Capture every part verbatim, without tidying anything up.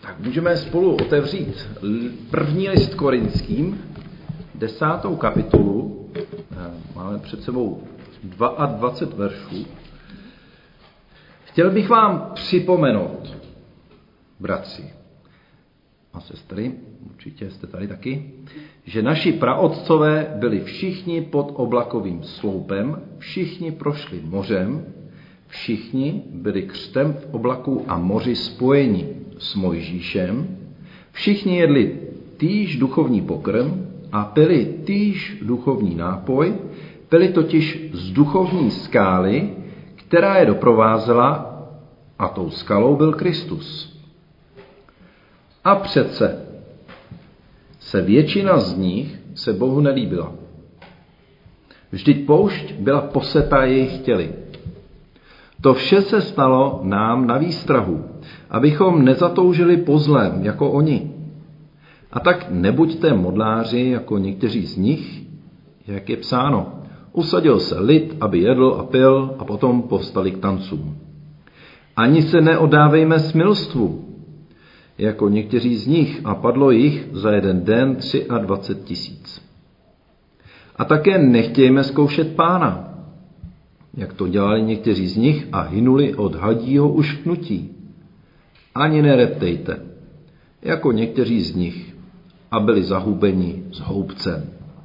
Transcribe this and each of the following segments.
Tak můžeme spolu otevřít první list Korinským, desátou kapitolu. Máme před sebou dvacet dva veršů. Chtěl bych vám připomenout, bratři a sestry, určitě jste tady taky, že naši praotcové byli všichni pod oblakovým sloupem, všichni prošli mořem, všichni byli křtem v oblaku a moři spojeni s Mojžíšem, všichni jedli týž duchovní pokrm a pili týž duchovní nápoj, pili totiž z duchovní skály, která je doprovázela, a tou skalou byl Kristus. A přece se většina z nich se Bohu nelíbila. Vždyť poušť byla posetá jejich těly. To vše se stalo nám na výstrahu, abychom nezatoužili po zlém jako oni. A tak nebuďte modláři jako někteří z nich, jak je psáno. Usadil se lid, aby jedl a pil, a potom povstali k tancům. Ani se neodávejme smilstvu, jako někteří z nich, a padlo jich za jeden den dvacet tři tisíc. A také nechtějme zkoušet Pána, jak to dělali někteří z nich a hynuli od hadího ušknutí. Ani nereptejte, jako někteří z nich, a byli zahubeni s houbcem.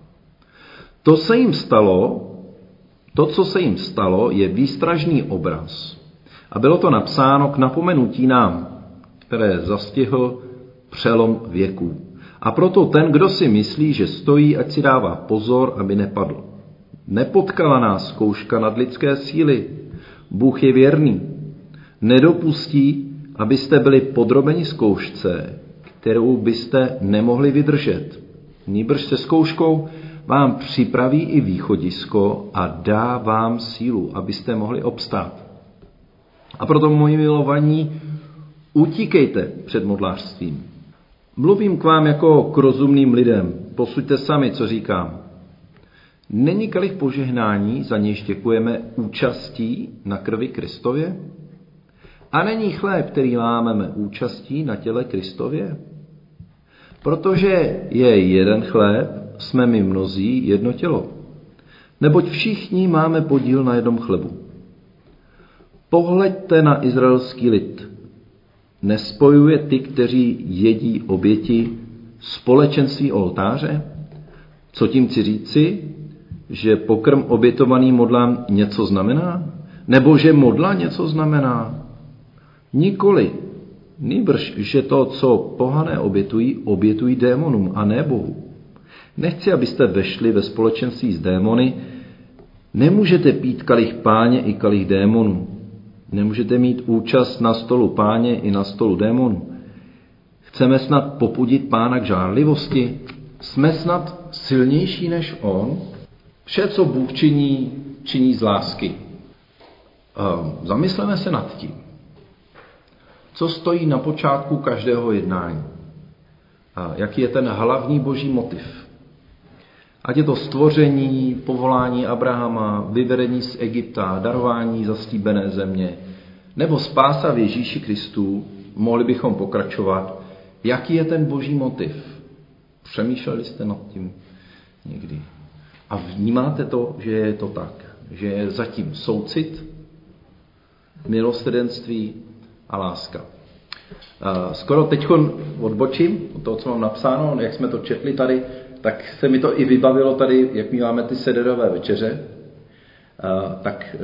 To se jim stalo, to, co se jim stalo, je výstražný obraz. A bylo to napsáno k napomenutí nám, které zastihl přelom věků. A proto ten, kdo si myslí, že stojí, ať si dává pozor, aby nepadl. Nepotkala nás zkouška nad lidské síly. Bůh je věrný. Nedopustí, abyste byli podrobeni zkoušce, kterou byste nemohli vydržet. Nýbrž se zkouškou vám připraví i východisko a dá vám sílu, abyste mohli obstát. A proto, moji milovaní, utíkejte před modlářstvím. Mluvím k vám jako k rozumným lidem. Posuďte sami, co říkám. Není kalich požehnání, za nějž děkujeme, účastí na krvi Kristově? A není chléb, který lámeme, účastí na těle Kristově? Protože je jeden chléb, jsme my mnozí jedno tělo. Neboť všichni máme podíl na jednom chlebu. Pohleďte na izraelský lid. Nespojuje ty, kteří jedí oběti, společenství oltáře? Co tím chci říci? Že pokrm obětovaný modlám něco znamená? Nebo že modla něco znamená? Nikoli. Nýbrž, že to, co pohané obětují, obětují démonům a ne Bohu. Nechci, abyste vešli ve společenství s démony. Nemůžete pít kalich Páně i kalich démonů. Nemůžete mít účast na stolu Páně i na stolu démonů. Chceme snad popudit Pána k žárlivosti? Jsme snad silnější než on? Vše, co Bůh činí, činí z lásky. Zamysleme se nad tím. Co stojí na počátku každého jednání? Jaký je ten hlavní boží motiv? Ať je to stvoření, povolání Abrahama, vyvedení z Egypta, darování zaslíbené země, nebo spása v Ježíši Kristu, mohli bychom pokračovat. Jaký je ten boží motiv? Přemýšleli jste nad tím někdy? A vnímáte to, že je to tak? Že je zatím soucit, milosrdenství a láska. Skoro teď odbočím od toho, co mám napsáno, jak jsme to četli tady, tak se mi to i vybavilo tady, jak my máme ty sederové večeře. Tak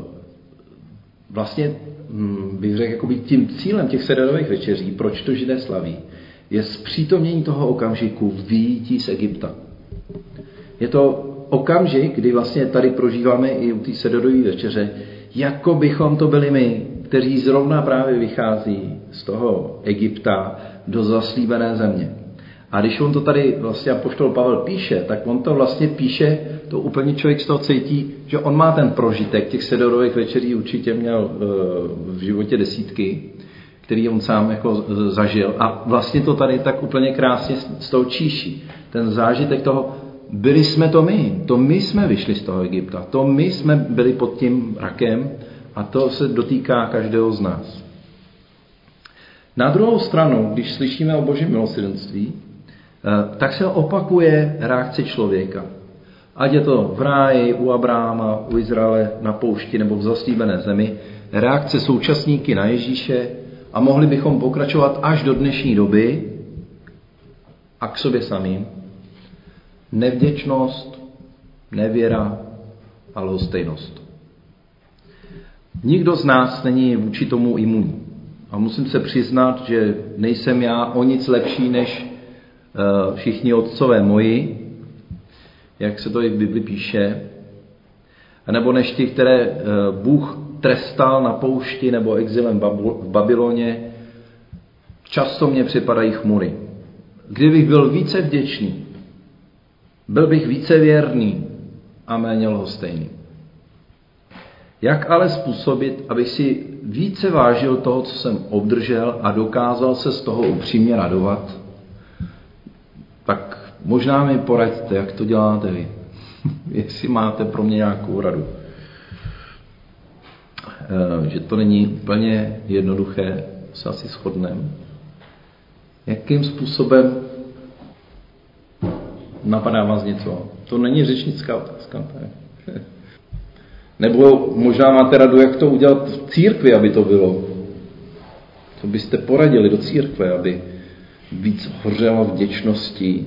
vlastně bych řekl, jakoby tím cílem těch sederových večeří, proč to Židé slaví, je zpřítomnění toho okamžiku vyjítí z Egypta. Je to okamžik, kdy vlastně tady prožíváme i u té sederové večeře, jako bychom to byli my, kteří zrovna právě vychází z toho Egypta do zaslíbené země. A když on to tady vlastně apoštol Pavel píše, tak on to vlastně píše, to úplně člověk z toho cítí, že on má ten prožitek, těch sedorových večeří určitě měl v životě desítky, který on sám jako zažil. A vlastně to tady tak úplně krásně z toho číší. Ten zážitek toho, byli jsme to my, to my jsme vyšli z toho Egypta, to my jsme byli pod tím rakem a to se dotýká každého z nás. Na druhou stranu, když slyšíme o Božím milosrdenství, tak se opakuje reakce člověka. Ať je to v ráji, u Abrahama, u Izraele, na poušti nebo v zaslíbené zemi, reakce současníky na Ježíše a mohli bychom pokračovat až do dnešní doby a k sobě samým. Nevděčnost, nevěra a lhostejnost. Nikdo z nás není vůči tomu imunní. A musím se přiznat, že nejsem já o nic lepší než uh, všichni otcové moji, jak se to i v Bibli píše, nebo než ti, které uh, Bůh trestal na poušti nebo exilem v Babyloně. Často mě připadají chmury. Kdybych byl více vděčný, byl bych více věrný a méně lhostejný. Jak ale způsobit, abych si více vážil toho, co jsem obdržel a dokázal se z toho upřímně radovat? Tak možná mi poraďte, jak to děláte vy. Jestli máte pro mě nějakou radu. Že to není úplně jednoduché, se asi shodneme. Jakým způsobem napadá vás něco? To není řečnická otázka. Ne? Nebo možná máte radu, jak to udělat v církvi, aby to bylo. Co byste poradili do církve, aby víc hořela vděčností?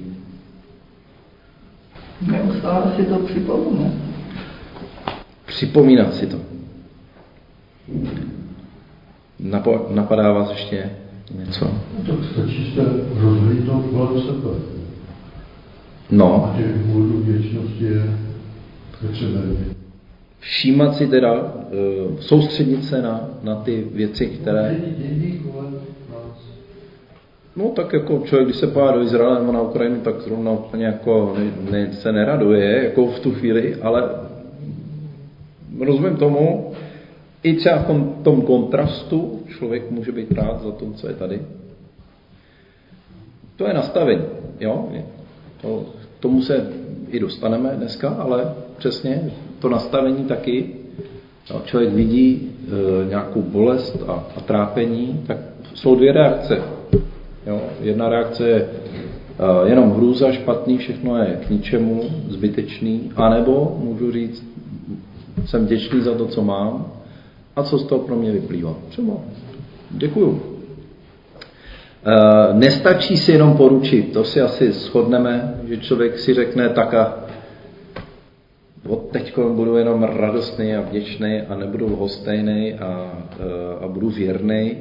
Neustále si to připomínat. Připomínat si to. Napadá vás ještě něco? Tak stačí se rozhlídnout kolem sebe. No. A těch důvodů vděčnosti je třeba. Všímat si teda, soustředit se na, na ty věci, které... No tak jako člověk, když se podívá do Izraele nebo na Ukrajinu, tak zrovna úplně jako ne, ne, se neraduje jako v tu chvíli, ale rozumím tomu, i třeba v tom, tom kontrastu člověk může být rád za to, co je tady. To je nastavení, jo? To, tomu se i dostaneme dneska, ale přesně to nastavení taky. Jo? Člověk vidí e, nějakou bolest a, a trápení, tak jsou dvě reakce. Jo? Jedna reakce je e, jenom hrůza, špatný, všechno je k ničemu, zbytečný, anebo můžu říct, jsem vděčný za to, co mám, a co z toho pro mě vyplývá. Třeba. Děkuju. E, nestačí si jenom poručit, to si asi shodneme, že člověk si řekne tak a od teď budu jenom radostný a vděčný a nebudu lhostejný a, a budu věrný.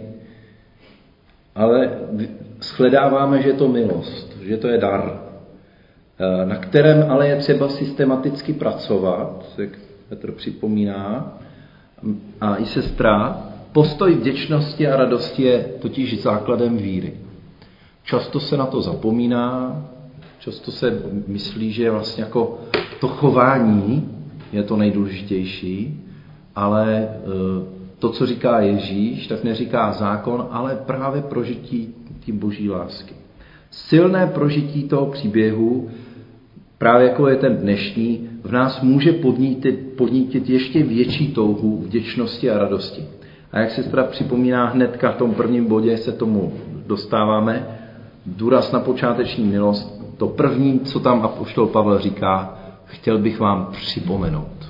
Ale shledáváme, že je to milost, že to je dar, na kterém ale je třeba systematicky pracovat, jak Petr připomíná, a i sestra. Postoj vděčnosti a radosti je totiž základem víry. Často se na to zapomíná, často se myslí, že vlastně jako to chování je to nejdůležitější, ale to, co říká Ježíš, tak neříká zákon, ale právě prožití té boží lásky. Silné prožití toho příběhu, právě jako je ten dnešní, v nás může podnítit, podnítit ještě větší touhu vděčnosti a radosti. A jak se teda připomíná hnedka v tom prvním bodě, se tomu dostáváme, důraz na počáteční milost, to první, co tam apoštol Pavel říká, chtěl bych vám připomenout.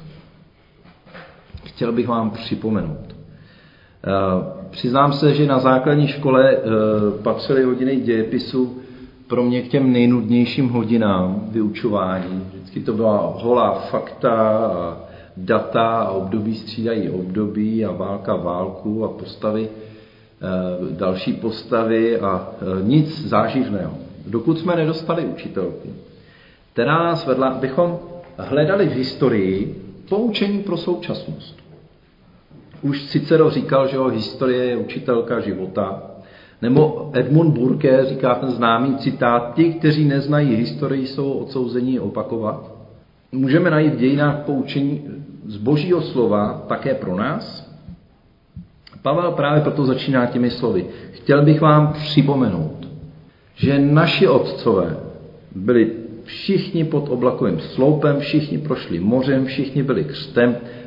Chtěl bych vám připomenout. Přiznám se, že na základní škole patřily hodiny dějepisu pro mě k těm nejnudnějším hodinám vyučování. Vždycky to byla holá fakta a data a období střídají období a válka válku a postavy, další postavy a nic záživného. Dokud jsme nedostali učitelku, která nás vedla, abychom hledali v historii poučení pro současnost. Už Cicero říkal, že historie je učitelka života, nebo Edmund Burke říká ten známý citát, ti, kteří neznají historii, jsou odsouzeni opakovat. Můžeme najít v dějinách poučení z Božího slova také pro nás. Pavel právě proto začíná těmi slovy. Chtěl bych vám připomenout, že naši otcové byli všichni pod oblakovým sloupem, všichni prošli mořem, všichni byli křtem, v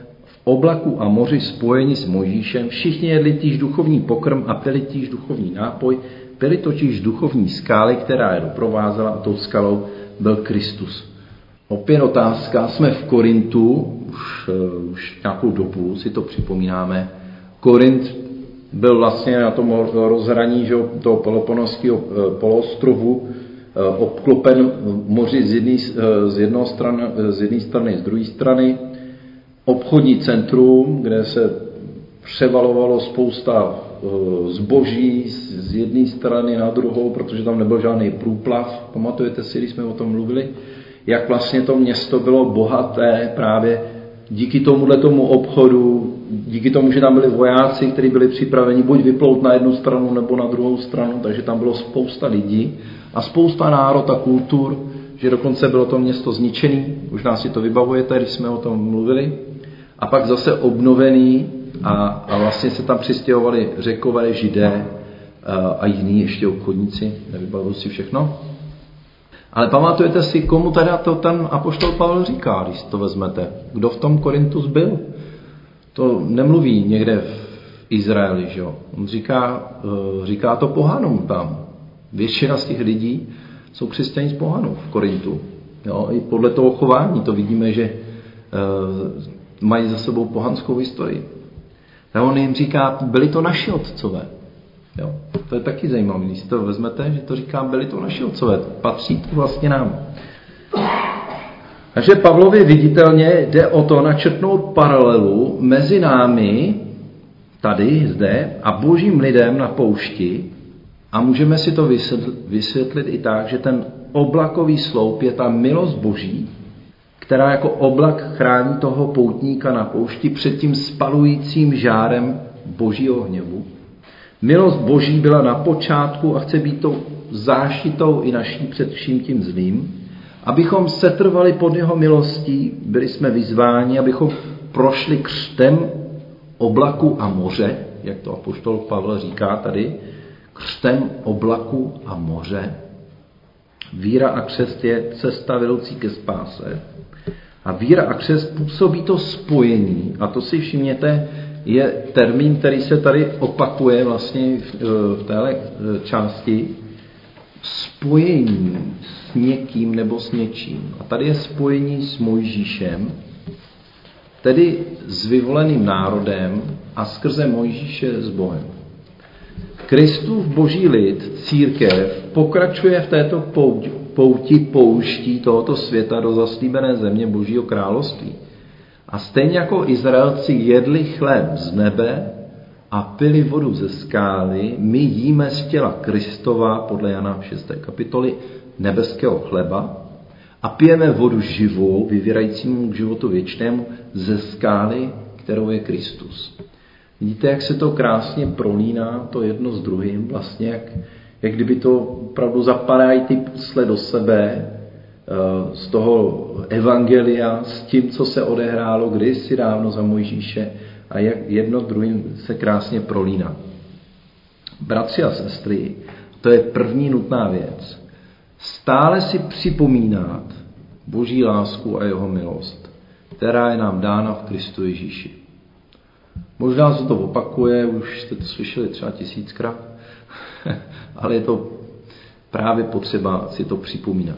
oblaku a moři spojeni s Mojžíšem, všichni jedli týž duchovní pokrm a pili týž duchovní nápoj, pili totiž duchovní skály, která je doprovázela, a tou skalou byl Kristus. Opět otázka, jsme v Korintu, už, už nějakou dobu si to připomínáme. Korint byl vlastně na tom rozhraní, že, toho Peloponeského poloostrovu, obklopen moři z jedné z jedné strany, z jedné strany, z druhé strany, obchodní centrum, kde se převalovalo spousta zboží z jedné strany na druhou, protože tam nebyl žádný průplav. Pamatujete si, když jsme o tom mluvili, jak vlastně to město bylo bohaté právě díky tomuhle tomu obchodu, díky tomu, že tam byli vojáci, kteří byli připraveni buď vyplout na jednu stranu nebo na druhou stranu, takže tam bylo spousta lidí a spousta národ a kultur, že dokonce bylo to město zničené, možná si to vybavujete, když jsme o tom mluvili, a pak zase obnovený a, a vlastně se tam přistěhovali Řekové, Židé a, a jiní ještě obchodníci, nevybavuju si všechno. Ale pamatujete si, komu teda to ten apoštol Pavel říká, když to vezmete? Kdo v tom Korintus byl? To nemluví někde v Izraeli, že jo? On říká, říká to pohanům tam. Většina z těch lidí jsou křesťaní z pohanů v Korintu. Jo? I podle toho chování to vidíme, že mají za sebou pohanskou historii. Tak on jim říká, byli to naši otcové. Jo, to je taky zajímavé, když si to vezmete, že to říkám, byli to naši otcové, patří to vlastně nám. Takže Pavlovi viditelně jde o to načrtnout paralelu mezi námi, tady, zde, a božím lidem na poušti, a můžeme si to vysvětlit i tak, že ten oblakový sloup je ta milost boží, která jako oblak chrání toho poutníka na poušti před tím spalujícím žárem božího hněvu. Milost boží byla na počátku a chce být tou záštitou i naší před vším tím zlým. Abychom setrvali pod jeho milostí, byli jsme vyzváni, abychom prošli křtem oblaku a moře, jak to apoštol Pavel říká tady, křtem oblaku a moře. Víra a křest je cesta vedoucí ke spáse. A víra a křest působí to spojení, a to si všimněte, je termín, který se tady opakuje vlastně v téhle části, spojení s někým nebo s něčím. A tady je spojení s Mojžíšem, tedy s vyvoleným národem a skrze Mojžíše s Bohem. Kristův boží lid, církev, pokračuje v této pouti pouští tohoto světa do zaslíbené země Božího království. A stejně jako Izraelci jedli chléb z nebe a pili vodu ze skály, my jíme z těla Kristova, podle Jana šesté kapitoly, nebeského chleba a pijeme vodu živou, vyvírajícímu k životu věčnému, ze skály, kterou je Kristus. Vidíte, jak se to krásně prolíná, to jedno s druhým, vlastně jak, jak kdyby to opravdu zapadají ty pusle do sebe, z toho evangelia, s tím, co se odehrálo kdysi dávno za Mojžíše, a jak jedno s druhým se krásně prolíná. Bratři a sestry, to je první nutná věc. Stále si připomínat Boží lásku a jeho milost, která je nám dána v Kristu Ježíši. Možná se to opakuje, už jste to slyšeli třeba tisíckrát, ale je to právě potřeba si to připomínat.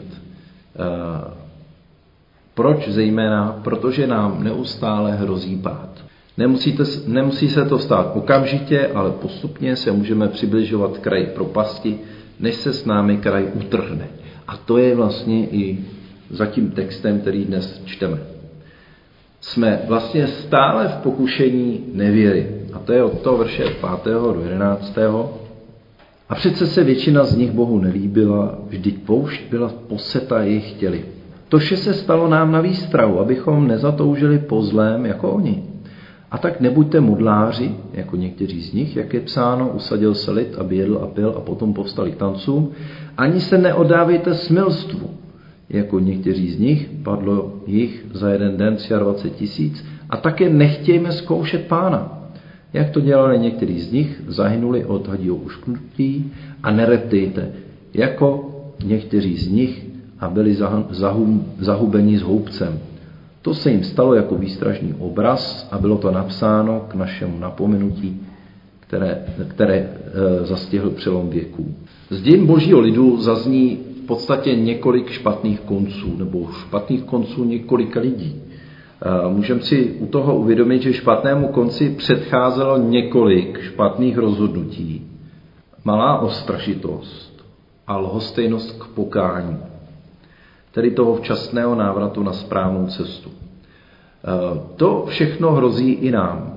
Proč zejména? Protože nám neustále hrozí pád. Nemusíte, nemusí se to stát okamžitě, ale postupně se můžeme přibližovat k kraji propasti, než se s námi kraj utrhne. A to je vlastně i za tím textem, který dnes čteme. Jsme vlastně stále v pokušení nevěry. A to je od toho verše pátého do jedenáctého. A přece se většina z nich Bohu nelíbila, vždyť poušť byla poseta jejich těly. To vše se stalo nám na výstrahu, abychom nezatoužili po zlém jako oni. A tak nebuďte modláři, jako někteří z nich, jak je psáno, usadil se lid, aby jedl a pil a potom povstali k tancům, ani se neoddávejte smilstvu, jako někteří z nich, padlo jich za jeden den dvacet tři tisíc, a také nechtějme zkoušet Pána. Jak to dělali někteří z nich, zahynuli od hadího ušknutí, a nereptejte, jako někteří z nich, a byli zahubeni s houbcem. To se jim stalo jako výstražný obraz a bylo to napsáno k našemu napomenutí, které, které e, zastihl přelom věků. Z dějin božího lidu zazní v podstatě několik špatných konců, nebo špatných konců několika lidí. E, můžeme si u toho uvědomit, že špatnému konci předcházelo několik špatných rozhodnutí. Malá ostražitost a lhostejnost k pokání, tedy toho včasného návratu na správnou cestu. E, to všechno hrozí i nám.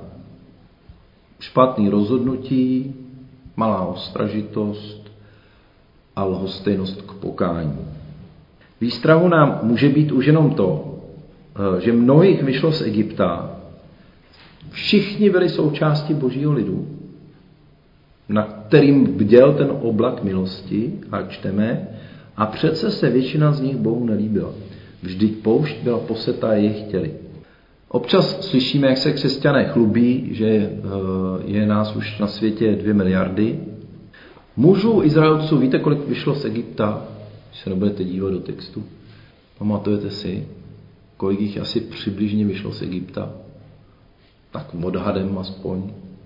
Špatný rozhodnutí, malá ostražitost a lhostejnost k pokání. Výstrahu nám může být už jenom to, že mnohých vyšlo z Egypta, všichni byli součástí božího lidu, na kterým bděl ten oblak milosti, a čteme, a přece se většina z nich Bohu nelíbila. Vždyť poušť byla posetá jejich těly. Občas slyšíme, jak se křesťané chlubí, že je nás už na světě dvě miliardy. Mužů Izraelců, víte, kolik vyšlo z Egypta? Když se nebudete dívat do textu. Pamatujete si, kolik jich asi přibližně vyšlo z Egypta? Tak odhadem aspoň.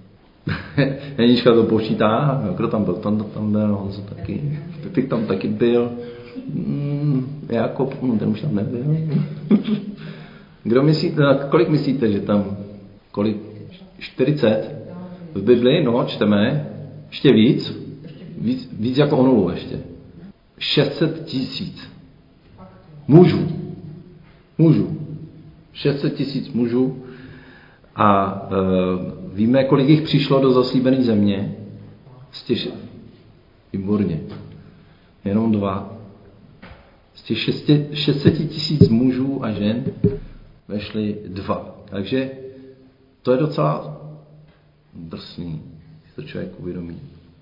Jenička to počítá, kdo tam byl, tam, tam byl, Honzo taky, ty tam taky byl, mm, Jakob, no, ten už tam nebyl. Kdo myslíte, kolik myslíte, že tam, kolik, čtyřicet v Bibli, no, čteme, ještě víc, víc, víc jako o nulu ještě, šest set tisíc mužů, mužů, šest set tisíc mužů a e, víme, kolik jich přišlo do zaslíbené země, z těch, výborně, jenom dva, z těch šest set tisíc mužů a žen vešli dva. Takže to je docela drsný, když to člověk uvědomí.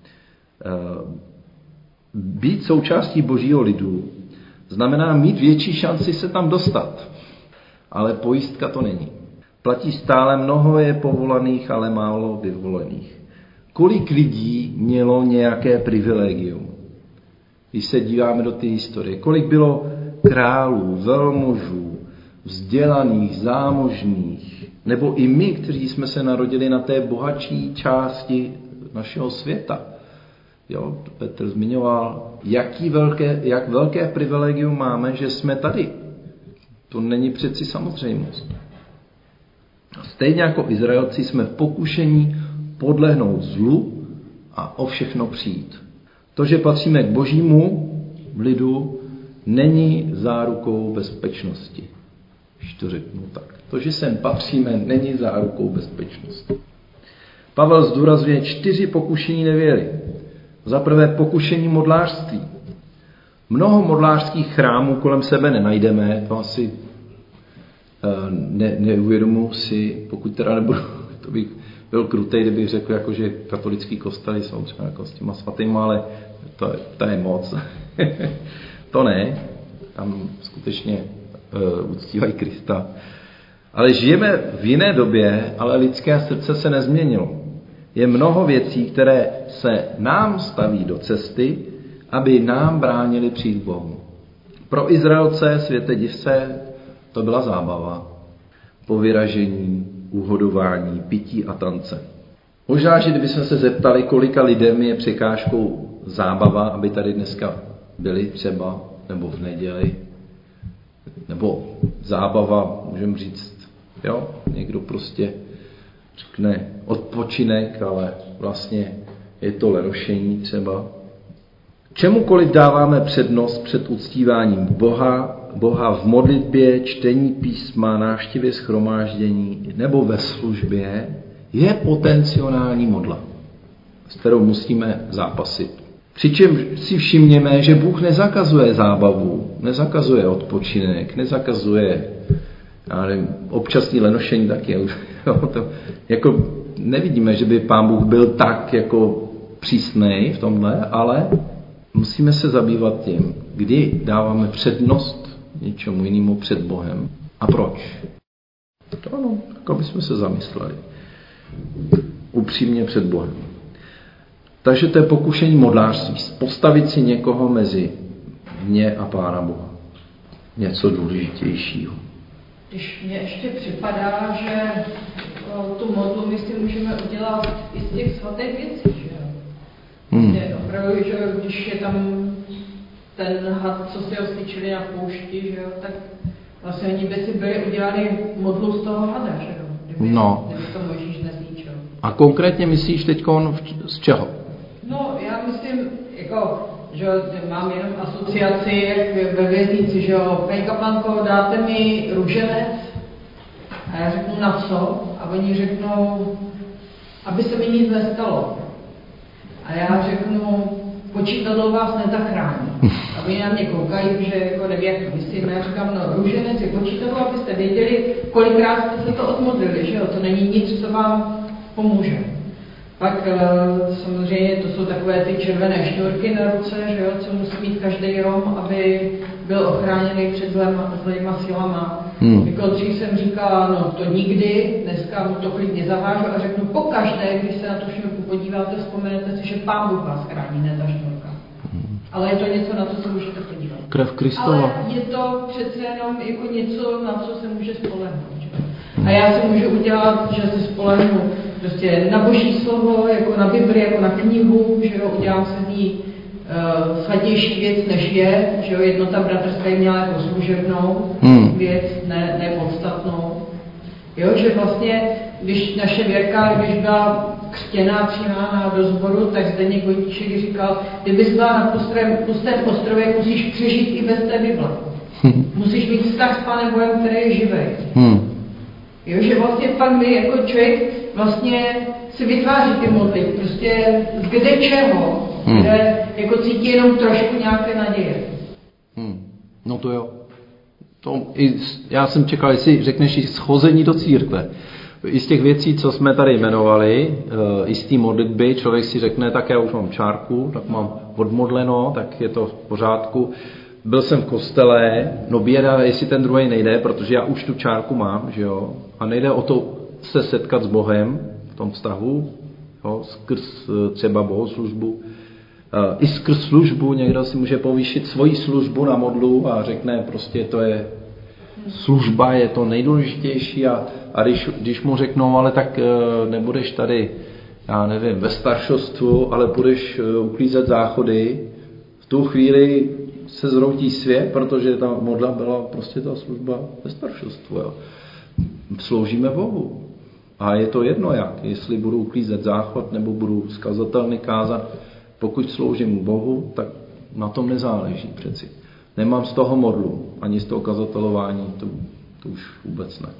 Být součástí božího lidu znamená mít větší šanci se tam dostat. Ale pojistka to není. Platí stále, mnoho je povolaných, ale málo vyvolených. Kolik lidí mělo nějaké privilegium? Když se díváme do té historie, kolik bylo králů, velmožů, vzdělaných, zámožných, nebo i my, kteří jsme se narodili na té bohatší části našeho světa. Jo, Petr zmiňoval, jaký velké, jak velké privilegium máme, že jsme tady. To není přeci samozřejmost. Stejně jako Izraelci jsme v pokušení podlehnout zlu a o všechno přijít. To, že patříme k božímu lidu, není zárukou bezpečnosti. Když to řeknu tak. To, že sem patříme, není zárukou bezpečnosti. Pavel zdůrazňuje čtyři pokušení nevěry. Za prvé pokušení modlářství. Mnoho modlářských chrámů kolem sebe nenajdeme, to asi ne, neuvědomuji si, pokud teda nebudu, to bych byl krutej, kdybych řekl, jako, že katolický kostely jsou třeba jako s těma svatýma, ale to, to je moc. To ne, tam skutečně uh, uctívají Krista. Ale žijeme v jiné době, ale lidské srdce se nezměnilo. Je mnoho věcí, které se nám staví do cesty, aby nám bránili přijít k Bohu. Pro Izraelce, světe div se, to byla zábava. Povyražení, uhodování, pití a tance. Možná, že kdybychom se zeptali, kolika lidem je překážkou zábava, aby tady dneska byli třeba, nebo v neděli, nebo zábava, můžeme říct, jo, někdo prostě řekne odpočinek, ale vlastně je to lerošení třeba. Čemukoliv dáváme přednost před uctíváním Boha, Boha v modlitbě, čtení písma, návštěvě shromáždění nebo ve službě, je potenciální modla, s kterou musíme zápasit. Přičemž si všimněme, že Bůh nezakazuje zábavu, nezakazuje odpočinek, nezakazuje já nevím, občasní lenošení taky. Jo, to, jako nevidíme, že by Pán Bůh byl tak jako přísnej v tomhle, ale musíme se zabývat tím, kdy dáváme přednost něčemu jinému před Bohem a proč. To ano, jako bychom se zamysleli. Upřímně před Bohem. Takže to je pokušení modlářství. Postavit si někoho mezi mě a Pána Boha. Něco důležitějšího. Když mně ještě připadá, že tu modlu my si můžeme udělat i z těch svatých věcí, že jo? Hmm. Opravdu, že když je tam ten had, co si ho styčili na poušti, že jo, tak vlastně oni by si byli udělali modlu z toho hada, že jo? Kdyby, no. kdyby to Mojžíš nezničil. A konkrétně myslíš teďkon z čeho? No, já myslím, jako, že mám jenom asociaci, jak ve věznici, že jo, paní kaplanko, dáte mi růženec? A já řeknu, na co? A oni řeknou, aby se mi nic nestalo. A já řeknu, počítadlo vás nezachrání. A oni na mě koukají, že jako neví, jak to myslím. Já říkám, no růženec je počítadlo, abyste věděli, kolikrát jste se to odmodlili, že jo, to není nic, co vám pomůže. Pak samozřejmě to jsou takové ty červené šňůrky na ruce, že jo, co musí mít každý Rom, aby byl ochráněný před zlema, zlýma silama. Hmm. Jako dřív jsem říkala, no to nikdy, dneska mu to klidně zavážu a řeknu pokaždé, když se na tu šňůrku podíváte, vzpomenete si, že Pán Bůh vás chrání, ne ta šňůrka. Hmm. Ale je to něco, na co se můžete podívat. Krev Kristova. Ale je to přece jenom jako něco, na co se může spolehnout. Že? A já si můžu udělat, že se spolehnu prostě na Boží slovo, jako na Bibli, jako na knihu, že jo, udělám se z ní uh, svatější věc, než je, že jo, jednota bratrstva měla jako služebnou hmm. věc, ne, ne podstatnou. Jo, že vlastně, když naše Věrka, když byla křtěná, přijímána do sboru, tak Zdeněk Vojtíšek říkal, kdybys byla na pustém, pustém ostrově, musíš přežít i bez té Bible. Hmm. Musíš mít vztah s Pánem Bohem, který je živej. Hmm. Jo, že vlastně pak my jako člověk vlastně si vytváří ty modly, prostě z kde čeho, hmm. kde jako cítí jenom trošku nějaké naděje. Hmm. No to jo. To i, já jsem čekal, jestli řekneš i schození do církve. I z těch věcí, co jsme tady jmenovali, i z té modlitby, člověk si řekne, tak já už mám čárku, tak mám odmodleno, tak je to v pořádku. Byl jsem v kostele, no běda, jestli ten druhý nejde, protože já už tu čárku mám, že jo, a nejde o to se setkat s Bohem v tom vztahu, jo, skrz třeba bohoslužbu. I skrz službu někdo si může povýšit svoji službu na modlu a řekne, prostě to je služba, je to nejdůležitější a, a když, když mu řeknou, ale tak nebudeš tady, já nevím, ve staršostvu, ale budeš uklízet záchody, v tu chvíli se zroutí svět, protože ta modla byla prostě ta služba ve staršostvu. Jo. Sloužíme Bohu. A je to jedno jak, jestli budu uklízet záchod nebo budu zkazatelny kázat, pokud sloužím Bohu, tak na tom nezáleží přeci. Nemám z toho modlu, ani z toho kazatelování, to, to už vůbec ne.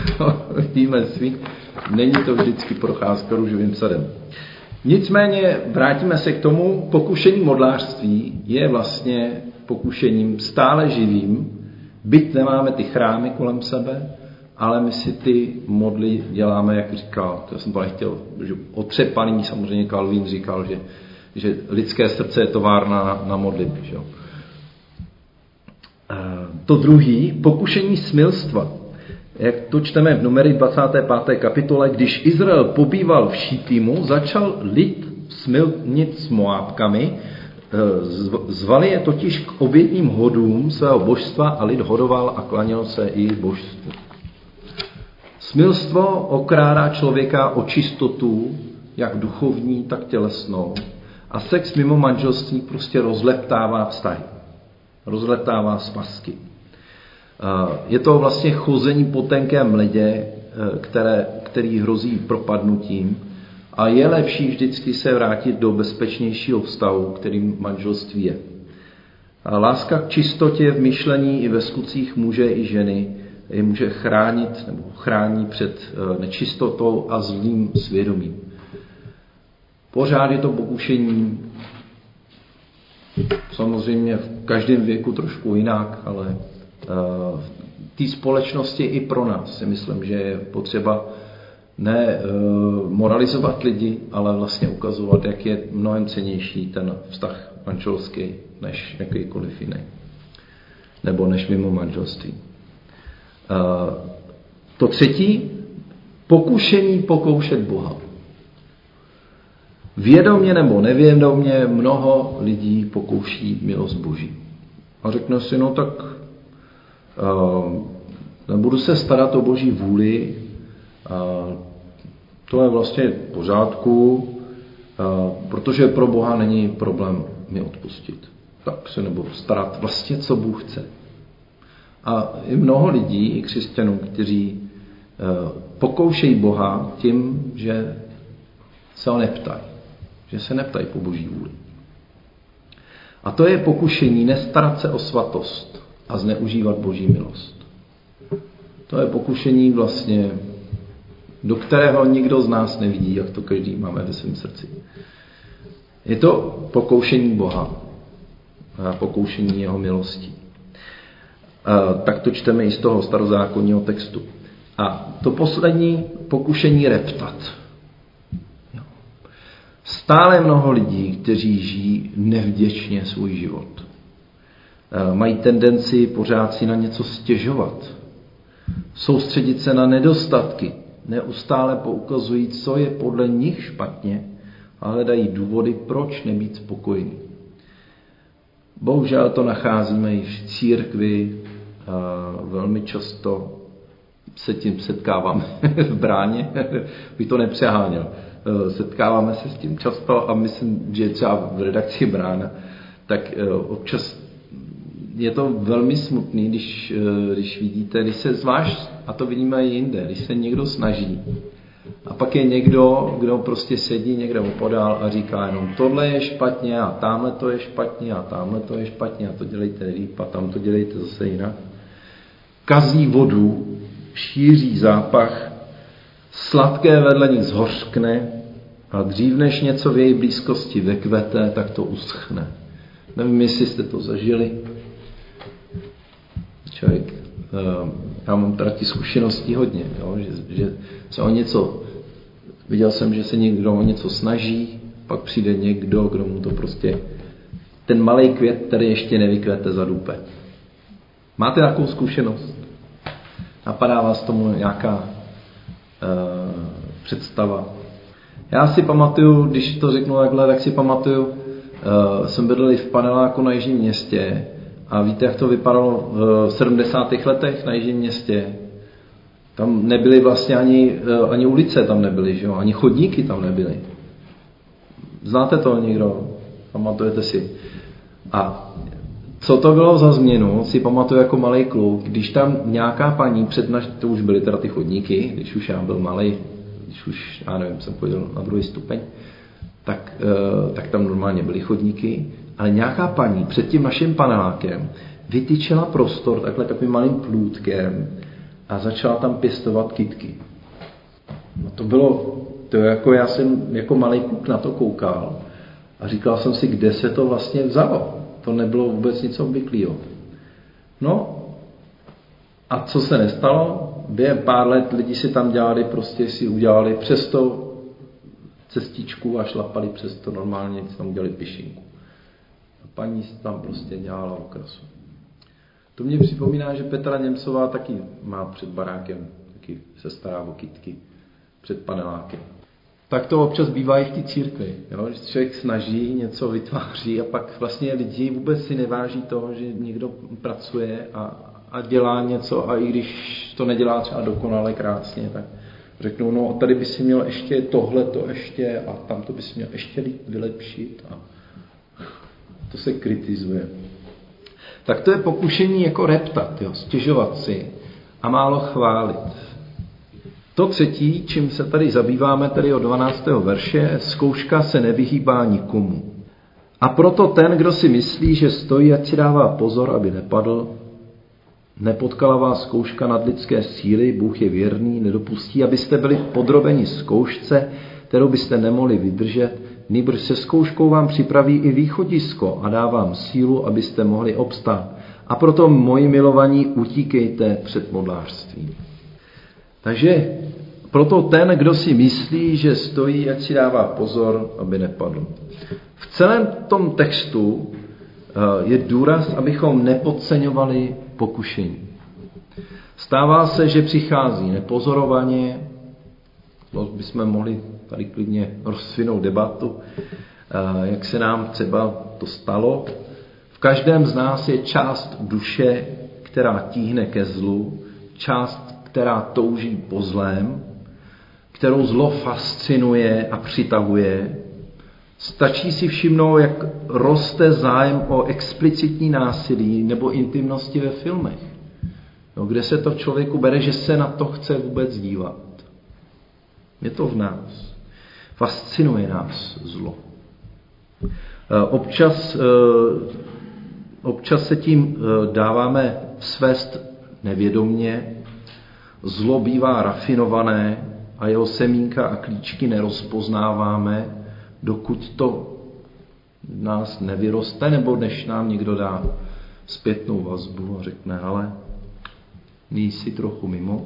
Víme si, není to vždycky procházka růžovým sadem. Nicméně vrátíme se k tomu, pokušení modlářství je vlastně pokušením stále živým, byť nemáme ty chrámy kolem sebe, ale my si ty modly děláme, jak říkal, to jsem to nechtěl, že otřepaný, samozřejmě Calvin říkal, že, že lidské srdce je továrna na, na modlitby. Že? To druhý, pokušení smilstva. Jak to čteme v Numery dvacáté páté kapitole, když Izrael pobýval v Šítimu, začal lid smilnit s Moábkami, zvali je totiž k obětním hodům svého božstva a lid hodoval a klaněl se i božstvu. Smilstvo okrádá člověka o čistotu, jak duchovní, tak tělesnou. A sex mimo manželství prostě rozleptává vztahy. Rozleptává svazky. Je to vlastně chození po tenkém ledě, které, který hrozí propadnutím. A je lepší vždycky se vrátit do bezpečnějšího vztahu, kterým manželství je. A láska k čistotě v myšlení i ve skutcích muže i ženy je může chránit nebo chrání před nečistotou a zlým svědomím. Pořád je to pokušení, samozřejmě v každém věku trošku jinak, ale v té společnosti i pro nás si myslím, že je potřeba ne moralizovat lidi, ale vlastně ukazovat, jak je mnohem cennější ten vztah manželský než jakýkoliv jiný. Nebo než mimo manželství. To třetí, pokušení pokoušet Boha. Vědomě nebo nevědomě mnoho lidí pokouší milost Boží. A řekne si, no tak budu se starat o Boží vůli, to je vlastně v pořádku, protože pro Boha není problém mi odpustit. Tak se nebudu starat vlastně, co Bůh chce. A je mnoho lidí, i křesťanů, kteří pokoušejí Boha tím, že se ho neptají. Že se neptají po Boží vůli. A to je pokušení nestarat se o svatost a zneužívat Boží milost. To je pokušení vlastně, do kterého nikdo z nás nevidí, jak to každý máme ve svém srdci. Je to pokoušení Boha a pokoušení jeho milostí. A tak to čteme i z toho starozákonního textu. A to poslední pokušení reptat. Stále mnoho lidí, kteří žijí nevděčně svůj život. Mají tendenci pořád si na něco stěžovat. Soustředit se na nedostatky. Neustále poukazují, co je podle nich špatně a hledají důvody, proč nebýt spokojení. Bohužel to nacházíme i v církvi. Velmi často se tím setkáváme v bráně. Bych to nepřeháněl. Setkáváme se s tím často a myslím, že třeba v redakci Brána, tak občas je to velmi smutný, když, když vidíte, když se zvlášť, a to vidíme i jinde, když se někdo snaží a pak je někdo, kdo prostě sedí někde opodál a říká jenom tohle je špatně a tamhle to je špatně a tamhle to je špatně a to dělejte líp a tam to dělejte zase jinak. Kazí vodu, šíří zápach, sladké vedle nich zhořkne a dřív než něco v její blízkosti vykvete, tak to uschne. Nevím, jestli jste to zažili. Člověk, já mám teda ty zkušenosti hodně, jo, že, že se o něco, viděl jsem, že se někdo o něco snaží, pak přijde někdo, kdo mu to prostě, ten malý květ, který ještě nevykvete, zadupe. Máte takovou zkušenost? Napadá vás tomu nějaká Uh, představa. Já si pamatuju, když to řeknu takhle, tak si pamatuju, uh, jsem bydlel v paneláku na Jižním Městě a víte, jak to vypadalo v sedmdesátých letech na Jižním Městě. Tam nebyly vlastně ani, uh, ani ulice tam nebyly, že jo? Ani chodníky tam nebyly. Znáte to někdo? Pamatujete si? A co to bylo za změnu, si pamatuju jako malej kluk, když tam nějaká paní před naš... to už byly teda ty chodníky, když už já byl malej, když už, já nevím, jsem chodil na druhý stupeň, tak, uh, tak tam normálně byly chodníky, ale nějaká paní před tím naším panelákem vytyčela prostor takhle takovým malým plůtkem a začala tam pěstovat kytky. No to bylo, to jako já jsem jako malej kluk na to koukal a říkal jsem si, kde se to vlastně vzalo. To nebylo vůbec nic obvyklého. No a co se nestalo? Během pár let lidi si tam dělali, prostě si udělali přes to cestičku a šlapali přes to normálně, si tam udělali pišinku. A paní si tam prostě dělala okrasu. To mě připomíná, že Petra Němcová taky má před barákem, taky se stará o kytky před panelákem. Tak to občas bývá i v té církvi, jo? Že člověk snaží, něco vytváří a pak vlastně lidi vůbec si neváží toho, že někdo pracuje a, a dělá něco a i když to nedělá třeba dokonale krásně, tak řeknou, no tady by si měl ještě tohle, to ještě a tam to by si měl ještě vylepšit a to se kritizuje. Tak to je pokušení jako reptat, jo? Stěžovat si a málo chválit. To třetí, čím se tady zabýváme, tady od dvanáctého verše, zkouška se nevyhýbá nikomu. A proto ten, kdo si myslí, že stojí, ať si dává pozor, aby nepadl, nepotkala vás zkouška nadlidské síly, Bůh je věrný, nedopustí, abyste byli podrobeni zkoušce, kterou byste nemohli vydržet, nýbrž se zkouškou vám připraví i východisko a dá vám sílu, abyste mohli obstát. A proto, moji milovaní, utíkejte před modlářstvím. Takže proto ten, kdo si myslí, že stojí, ať si dává pozor, aby nepadl. V celém tom textu je důraz, abychom nepodceňovali pokušení. Stává se, že přichází nepozorovaně, to bychom mohli tady klidně rozvinout debatu, jak se nám třeba to stalo. V každém z nás je část duše, která tíhne ke zlu, část, která touží po zlém, kterou zlo fascinuje a přitahuje. Stačí si všimnout, jak roste zájem o explicitní násilí nebo intimnosti ve filmech. No, kde se to v člověku bere, že se na to chce vůbec dívat. Je to v nás. Fascinuje nás zlo. Občas, občas se tím dáváme svést nevědomně. Zlo bývá rafinované a jeho semínka a klíčky nerozpoznáváme, dokud to nás nevyroste, nebo než nám někdo dá zpětnou vazbu a řekne, ale jsi trochu mimo.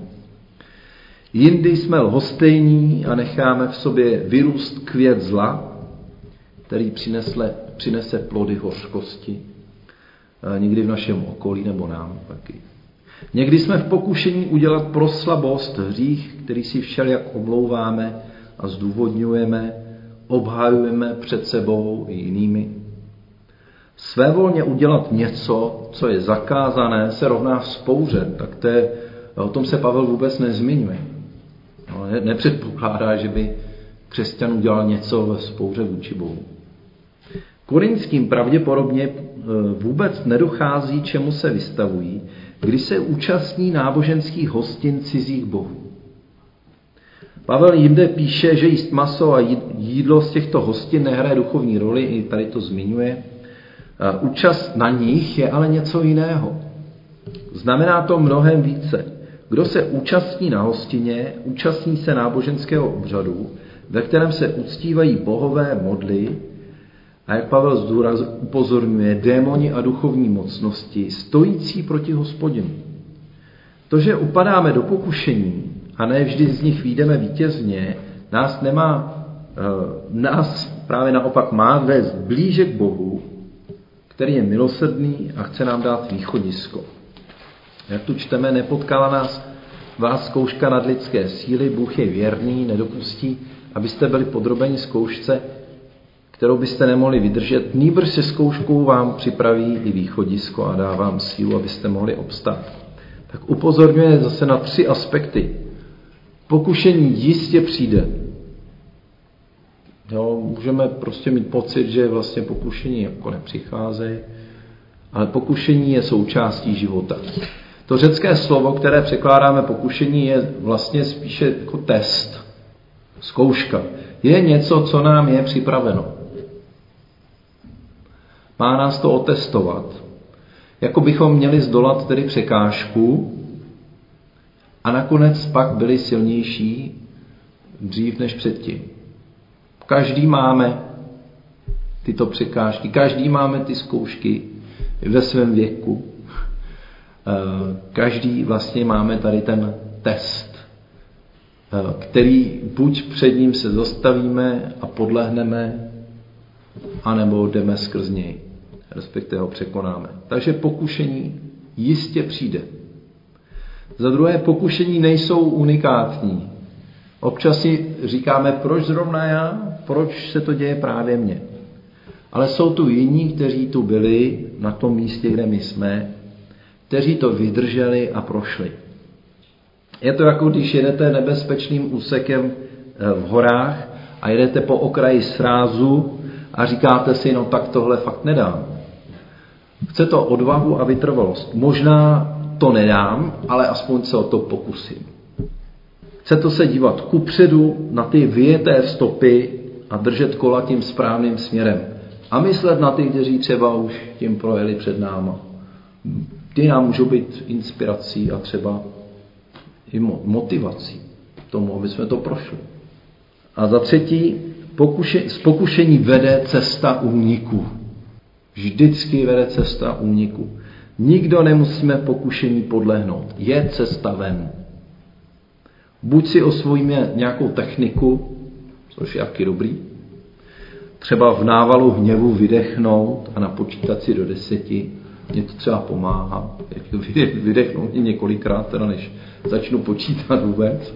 Jindy jsme lhostejní a necháme v sobě vyrůst květ zla, který přinesle, přinese plody hořkosti, někdy v našem okolí nebo nám taky. Někdy jsme v pokušení udělat pro slabost hřích, který si všelijak omlouváme a zdůvodňujeme, obhajujeme před sebou i jinými. Svévolně udělat něco, co je zakázané, se rovná vzpouře, tak to je, o tom se Pavel vůbec nezmiňuje. No, ne, nepředpokládá, že by křesťan udělal něco ve vzpouře vůči Bohu. Korinským pravděpodobně vůbec nedochází, čemu se vystavují, když se účastní náboženských hostin cizích bohů. Pavel jinde píše, že jíst maso a jídlo z těchto hostin nehraje duchovní roli, i tady to zmiňuje. Účast na nich je ale něco jiného. Znamená to mnohem více. Kdo se účastní na hostině, účastní se náboženského obřadu, ve kterém se uctívají bohové modly, a jak Pavel zdůraz upozorňuje, démoni a duchovní mocnosti stojící proti Hospodinu. To, že upadáme do pokušení a ne vždy z nich vyjdeme vítězně, nás nemá, nás právě naopak má vést blíže k Bohu, který je milosrdný a chce nám dát východisko. Jak tu čteme, nepotkala nás vás zkouška nadlidské síly, Bůh je věrný, nedopustí, abyste byli podrobeni zkoušce, kterou byste nemohli vydržet, nýbrž se zkouškou vám připraví i východisko a dá vám sílu, abyste mohli obstát. Tak upozorňuje zase na tři aspekty. Pokušení jistě přijde. Jo, můžeme prostě mít pocit, že vlastně pokušení jako nepřicházejí, ale pokušení je součástí života. To řecké slovo, které překládáme pokušení, je vlastně spíše jako test, zkouška. Je něco, co nám je připraveno. Má nás to otestovat. Jako bychom měli zdolat tedy překážku a nakonec pak byli silnější dřív než předtím. Každý máme tyto překážky, každý máme ty zkoušky ve svém věku. Každý vlastně máme tady ten test, který buď před ním se zastavíme a podlehneme, anebo jdeme skrz něj, respektive ho překonáme. Takže pokušení jistě přijde. Za druhé, pokušení nejsou unikátní. Občas si říkáme, proč zrovna já, proč se to děje právě mně. Ale jsou tu jiní, kteří tu byli na tom místě, kde my jsme, kteří to vydrželi a prošli. Je to jako když jedete nebezpečným úsekem v horách a jedete po okraji srázu a říkáte si, no tak tohle fakt nedám. Chce to odvahu a vytrvalost. Možná to nedám, ale aspoň se o to pokusím. Chce to se dívat kupředu na ty vyjeté stopy a držet kola tím správným směrem. A myslet na ty, kteří třeba už tím projeli před náma. Ty nám můžou být inspirací a třeba i motivací k tomu, aby jsme to prošli. A za třetí, pokuše, z pokušení vede cesta úniku. Vždycky vede cesta úniku. Nikdo nemusíme pokušení podlehnout. Je cesta ven. Buď si osvojíme nějakou techniku, což je jaký dobrý, třeba v návalu hněvu vydechnout a napočítat si do deseti. Mně to třeba pomáhá. Vydechnout mě několikrát, teda než začnu počítat vůbec.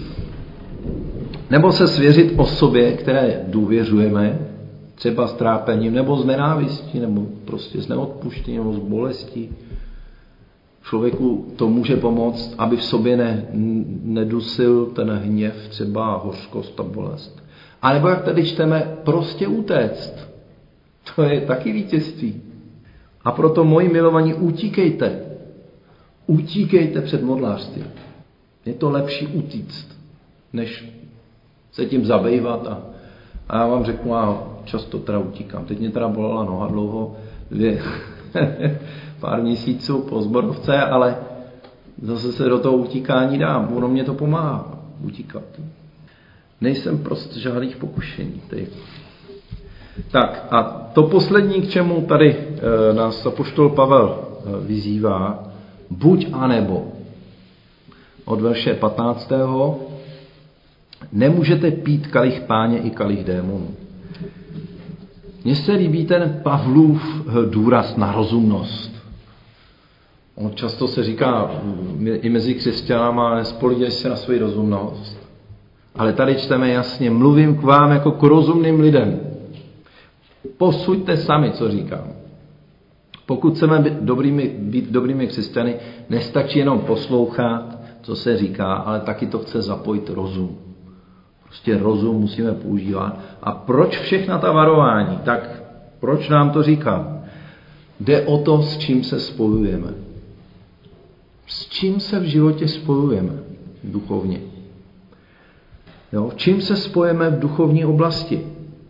Nebo se svěřit osobě, které důvěřujeme, třeba s trápením, nebo z nenávistí, nebo prostě z neodpuštění, nebo z bolestí. Člověku to může pomoct, aby v sobě ne, nedusil ten hněv, třeba hořkost a bolest. A nebo jak tady čteme, prostě utéct. To je taky vítězství. A proto, moji milovaní, utíkejte. Utíkejte před modlářstvím. Je to lepší utíct, než se tím zabývat. A, a já vám řeknu, a často teda utíkám. Teď mě teda bolela noha dlouho, dvě, pár měsíců po zborovce, ale zase se do toho utíkání dám. Ono mě to pomáhá utíkat. Nejsem prostě žádných pokušení. Tady. Tak a to poslední, k čemu tady e, nás apoštol Pavel e, vyzývá, buď a nebo. Od verše patnáctého Nemůžete pít kalich Páně i kalich démonů. Mně se líbí ten Pavlův důraz na rozumnost. On často se říká i mezi křesťanama, nespoléhej se na svoji rozumnost. Ale tady čteme jasně, mluvím k vám jako k rozumným lidem. Posuďte sami, co říkám. Pokud chceme být dobrými, být dobrými křesťany, nestačí jenom poslouchat, co se říká, ale taky to chce zapojit rozum. Prostě rozum musíme používat. A proč všechna ta varování? Tak proč nám to říkám? Jde o to, s čím se spojujeme. S čím se v životě spojujeme duchovně. Jo? Čím se spojíme v duchovní oblasti?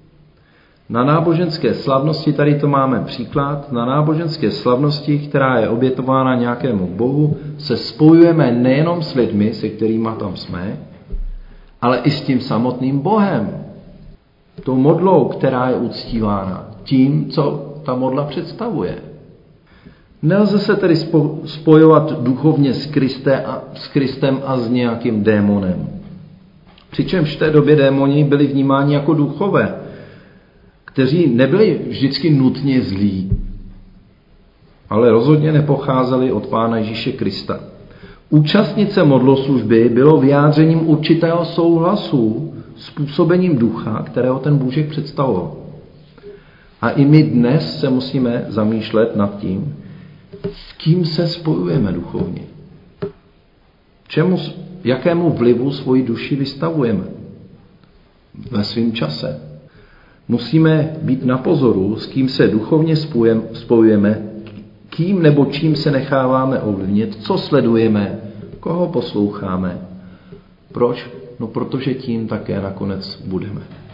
Na náboženské slavnosti, tady to máme příklad, na náboženské slavnosti, která je obětována nějakému bohu, se spojujeme nejenom s lidmi, se kterými tam jsme, ale i s tím samotným Bohem. Tou modlou, která je uctívána. Tím, co ta modla představuje. Nelze se tedy spojovat duchovně s, Kriste a, s Kristem a s nějakým démonem. Přičemž v té době démoni byli vnímáni jako duchové, kteří nebyli vždycky nutně zlí, ale rozhodně nepocházeli od Pána Ježíše Krista. Účastnit se modloslužby bylo vyjádřením určitého souhlasu s působením ducha, kterého ten Bůžek představoval. A i my dnes se musíme zamýšlet nad tím, s kým se spojujeme duchovně. Čemu, jakému vlivu svoji duši vystavujeme ve svém čase. Musíme být na pozoru, s kým se duchovně spojujeme, kým nebo čím se necháváme ovlivnit, co sledujeme, koho posloucháme. Proč? No protože tím také nakonec budeme.